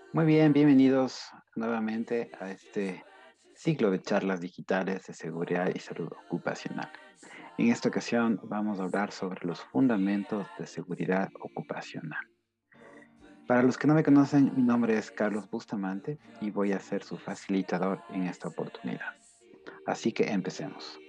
Muy bien, bienvenidos nuevamente a este ciclo de charlas digitales de seguridad y salud ocupacional. En esta ocasión vamos a hablar sobre los fundamentos de seguridad ocupacional. Para los que no me conocen, mi nombre es Carlos Bustamante y voy a ser su facilitador en esta oportunidad. Así que empecemos.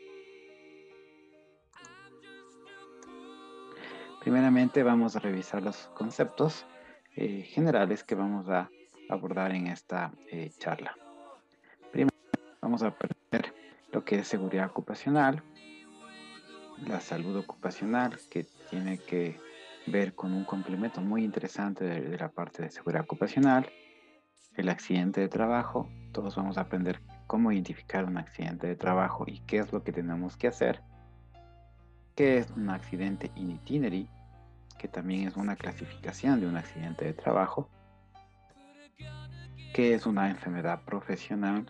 Primeramente vamos a revisar los conceptos generales que vamos a abordar en esta charla. Primero vamos a aprender lo que es seguridad ocupacional, la salud ocupacional, que tiene que ver con un complemento muy interesante de la parte de seguridad ocupacional, el accidente de trabajo. Todos vamos a aprender cómo identificar un accidente de trabajo y qué es lo que tenemos que hacer, qué es un accidente in itinere, que también es una clasificación de un accidente de trabajo, qué es una enfermedad profesional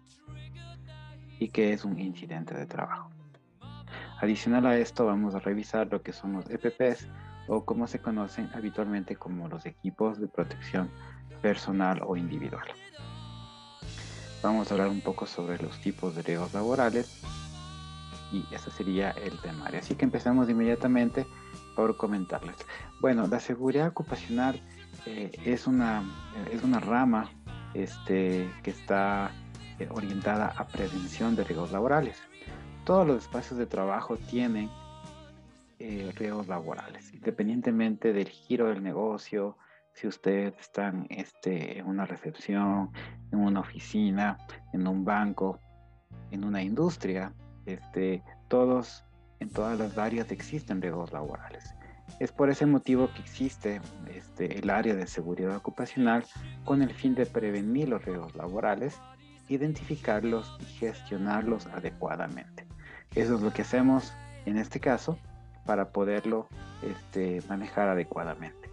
y qué es un incidente de trabajo. Adicional a esto, vamos a revisar lo que son los EPPs o como se conocen habitualmente como los equipos de protección personal o individual. Vamos a hablar un poco sobre los tipos de riesgos laborales y ese sería el temario. Así que empezamos inmediatamente por comentarles. Bueno, la seguridad ocupacional es una rama que está orientada a prevención de riesgos laborales. Todos los espacios de trabajo tienen riesgos laborales, independientemente del giro del negocio, si ustedes están en una recepción, en una oficina, en un banco, en una industria, todos, en todas las áreas existen riesgos laborales. Es por ese motivo que existe el área de seguridad ocupacional con el fin de prevenir los riesgos laborales, identificarlos y gestionarlos adecuadamente. Eso es lo que hacemos en este caso para poderlo manejar adecuadamente.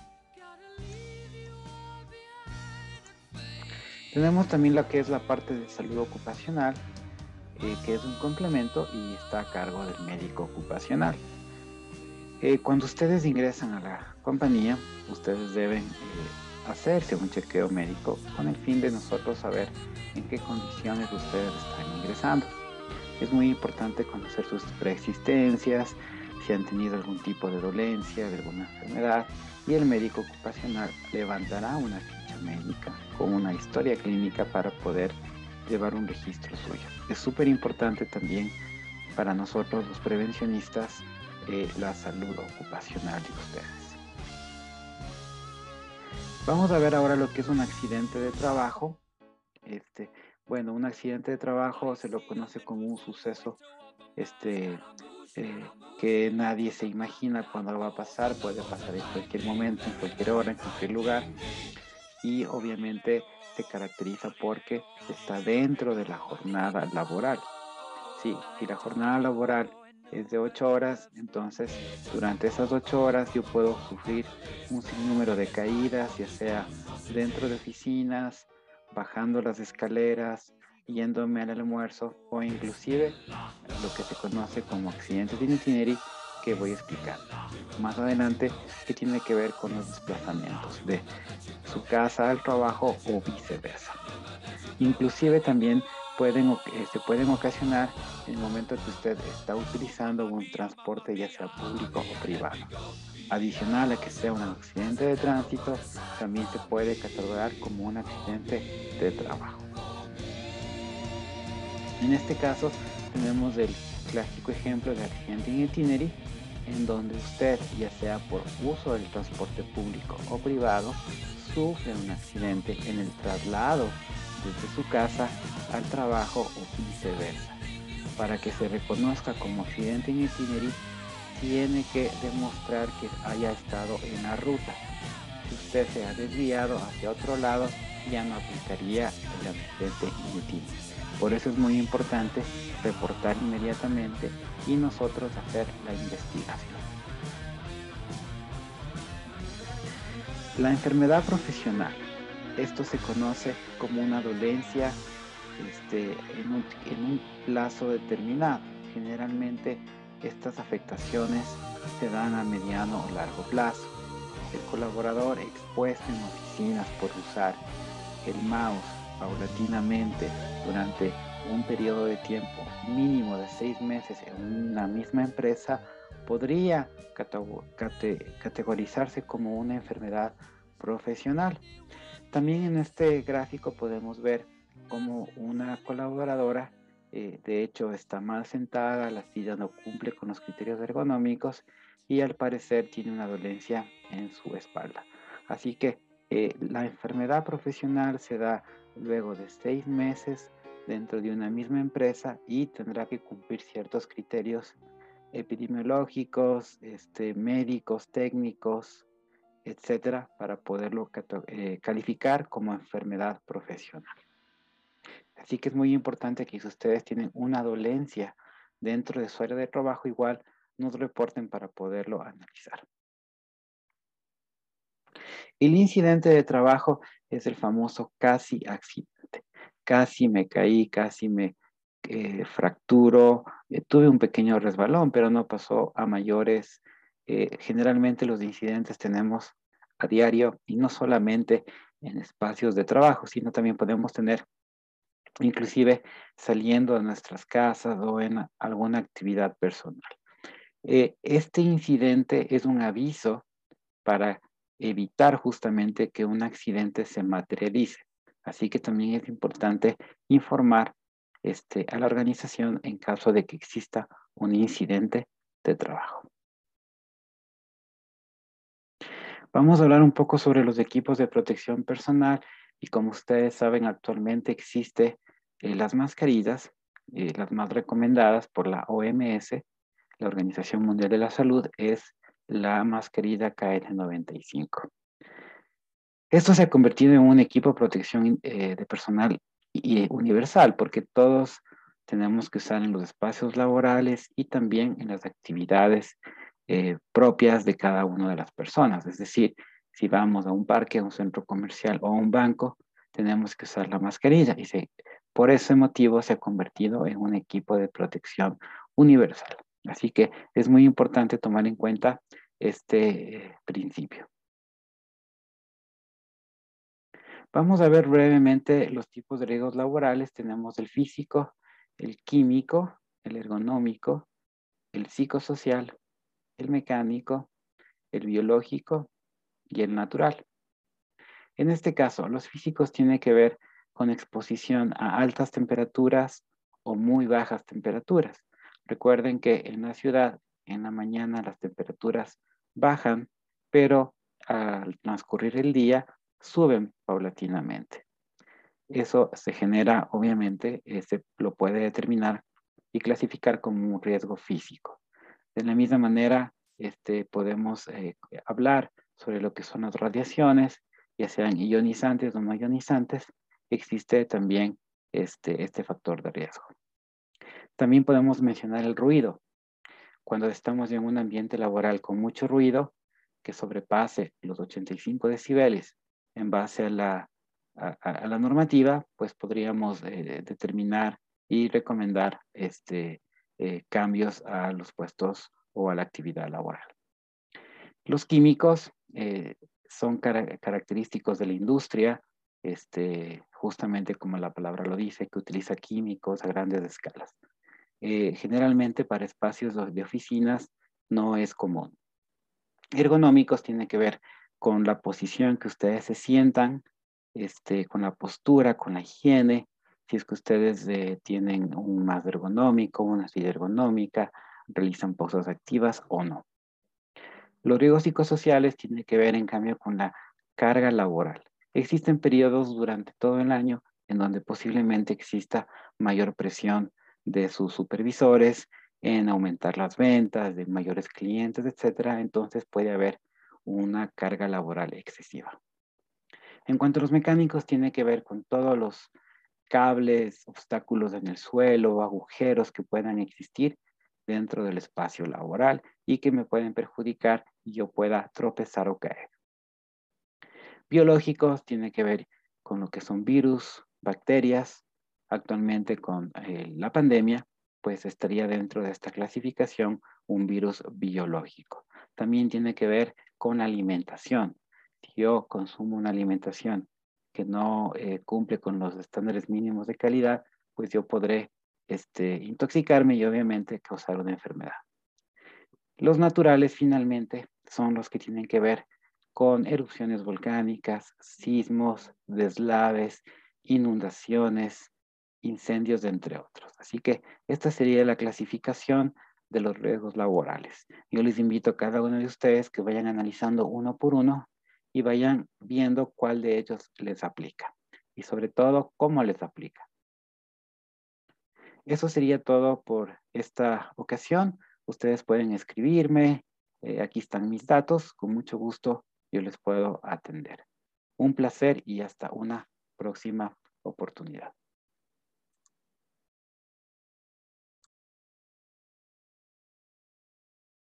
Tenemos también lo que es la parte de salud ocupacional, que es un complemento y está a cargo del médico ocupacional. Cuando ustedes ingresan a la compañía, ustedes deben hacerse un chequeo médico con el fin de nosotros saber en qué condiciones ustedes están ingresando. Es muy importante conocer sus preexistencias, si han tenido algún tipo de dolencia, de alguna enfermedad, y el médico ocupacional levantará una ficha médica con una historia clínica para poder llevar un registro suyo. Es súper importante también para nosotros los prevencionistas la salud ocupacional de ustedes. Vamos a ver ahora lo que es un accidente de trabajo. Este, bueno, un accidente de trabajo se lo conoce como un suceso este, que nadie se imagina cuándo va a pasar, puede pasar en cualquier momento, en cualquier hora, en cualquier lugar, y obviamente se caracteriza porque está dentro de la jornada laboral. Sí, si la jornada laboral es de 8 horas, entonces durante esas 8 horas yo puedo sufrir un sinnúmero de caídas, ya sea dentro de oficinas, bajando las escaleras, yéndome al almuerzo o inclusive lo que se conoce como accidentes in itinere, que voy a explicar más adelante, que tiene que ver con los desplazamientos de su casa al trabajo o viceversa. Inclusive también se pueden ocasionar en el momento que usted está utilizando un transporte ya sea público o privado. Adicional a que sea un accidente de tránsito, también se puede catalogar como un accidente de trabajo. En este caso, tenemos el clásico ejemplo de accidente in itinere, en donde usted, ya sea por uso del transporte público o privado, sufre un accidente en el traslado desde su casa al trabajo o viceversa. Para que se reconozca como accidente in itinere, tiene que demostrar que haya estado en la ruta. Si usted se ha desviado hacia otro lado, ya no aplicaría el accidente in itinere. Por eso es muy importante reportar inmediatamente y nosotros hacer la investigación. La enfermedad profesional. Esto se conoce como una dolencia en un plazo determinado. Generalmente estas afectaciones se dan a mediano o largo plazo. el colaborador expuesto en oficinas por usar el mouse paulatinamente durante un periodo de tiempo mínimo de 6 meses en una misma empresa podría categorizarse como una enfermedad profesional. También en este gráfico podemos ver cómo una colaboradora de hecho está mal sentada, la silla no cumple con los criterios ergonómicos y al parecer tiene una dolencia en su espalda. Así que la enfermedad profesional se da luego de 6 meses dentro de una misma empresa y tendrá que cumplir ciertos criterios epidemiológicos, médicos, técnicos, etcétera, para poderlo calificar como enfermedad profesional. Así que es muy importante que si ustedes tienen una dolencia dentro de su área de trabajo, igual nos reporten para poderlo analizar. El incidente de trabajo es el famoso casi accidente. Casi me caí, casi me fracturo, tuve un pequeño resbalón, pero no pasó a mayores. Generalmente los incidentes tenemos a diario y no solamente en espacios de trabajo, sino también podemos tener inclusive saliendo de nuestras casas o en alguna actividad personal. Este incidente es un aviso para evitar justamente que un accidente se materialice. Así que también es importante informar a la organización en caso de que exista un incidente de trabajo. Vamos a hablar un poco sobre los equipos de protección personal y como ustedes saben actualmente existe las mascarillas, las más recomendadas por la OMS, la Organización Mundial de la Salud, es la mascarilla KN95. Esto se ha convertido en un equipo de protección de personal universal, porque todos tenemos que usar en los espacios laborales y también en las actividades propias de cada una de las personas. Es decir, si vamos a un parque, a un centro comercial o a un banco, tenemos que usar la mascarilla y por ese motivo se ha convertido en un equipo de protección universal. Así que es muy importante tomar en cuenta este principio. Vamos a ver brevemente los tipos de riesgos laborales. Tenemos el físico, el químico, el ergonómico, el psicosocial, el mecánico, el biológico y el natural. En este caso, los físicos tienen que ver con exposición a altas temperaturas o muy bajas temperaturas. Recuerden que en la ciudad, en la mañana las temperaturas bajan, pero al transcurrir el día suben paulatinamente. Eso se genera, obviamente, se lo puede determinar y clasificar como un riesgo físico. De la misma manera, podemos hablar sobre lo que son las radiaciones, ya sean ionizantes o no ionizantes, existe también este factor de riesgo. También podemos mencionar el ruido. Cuando estamos en un ambiente laboral con mucho ruido, que sobrepase los 85 decibeles en base a la normativa, pues podríamos determinar y recomendar cambios a los puestos o a la actividad laboral. Los químicos son característicos de la industria, justamente como la palabra lo dice, que utiliza químicos a grandes escalas. Generalmente para espacios de oficinas no es común. Ergonómicos tiene que ver con la posición que ustedes se sientan, con la postura, con la higiene, si es que ustedes tienen un más ergonómico, una silla ergonómica, realizan pausas activas o no. Los riesgos psicosociales tienen que ver, en cambio, con la carga laboral. Existen periodos durante todo el año en donde posiblemente exista mayor presión de sus supervisores en aumentar las ventas, de mayores clientes, etcétera. Entonces puede haber una carga laboral excesiva. En cuanto a los mecánicos, tiene que ver con todos los cables, obstáculos en el suelo, agujeros que puedan existir dentro del espacio laboral y que me pueden perjudicar y yo pueda tropezar o caer. Biológicos tiene que ver con lo que son virus, bacterias, actualmente con la pandemia, pues estaría dentro de esta clasificación un virus biológico. También tiene que ver con la alimentación. Si yo consumo una alimentación que no cumple con los estándares mínimos de calidad, pues yo podré intoxicarme y obviamente causar una enfermedad. Los naturales finalmente son los que tienen que ver con erupciones volcánicas, sismos, deslaves, inundaciones, incendios, entre otros. Así que esta sería la clasificación de los riesgos laborales. Yo les invito a cada uno de ustedes que vayan analizando uno por uno y vayan viendo cuál de ellos les aplica y sobre todo cómo les aplica. Eso sería todo por esta ocasión. Ustedes pueden escribirme. Aquí están mis datos. Con mucho gusto yo les puedo atender. Un placer y hasta una próxima oportunidad.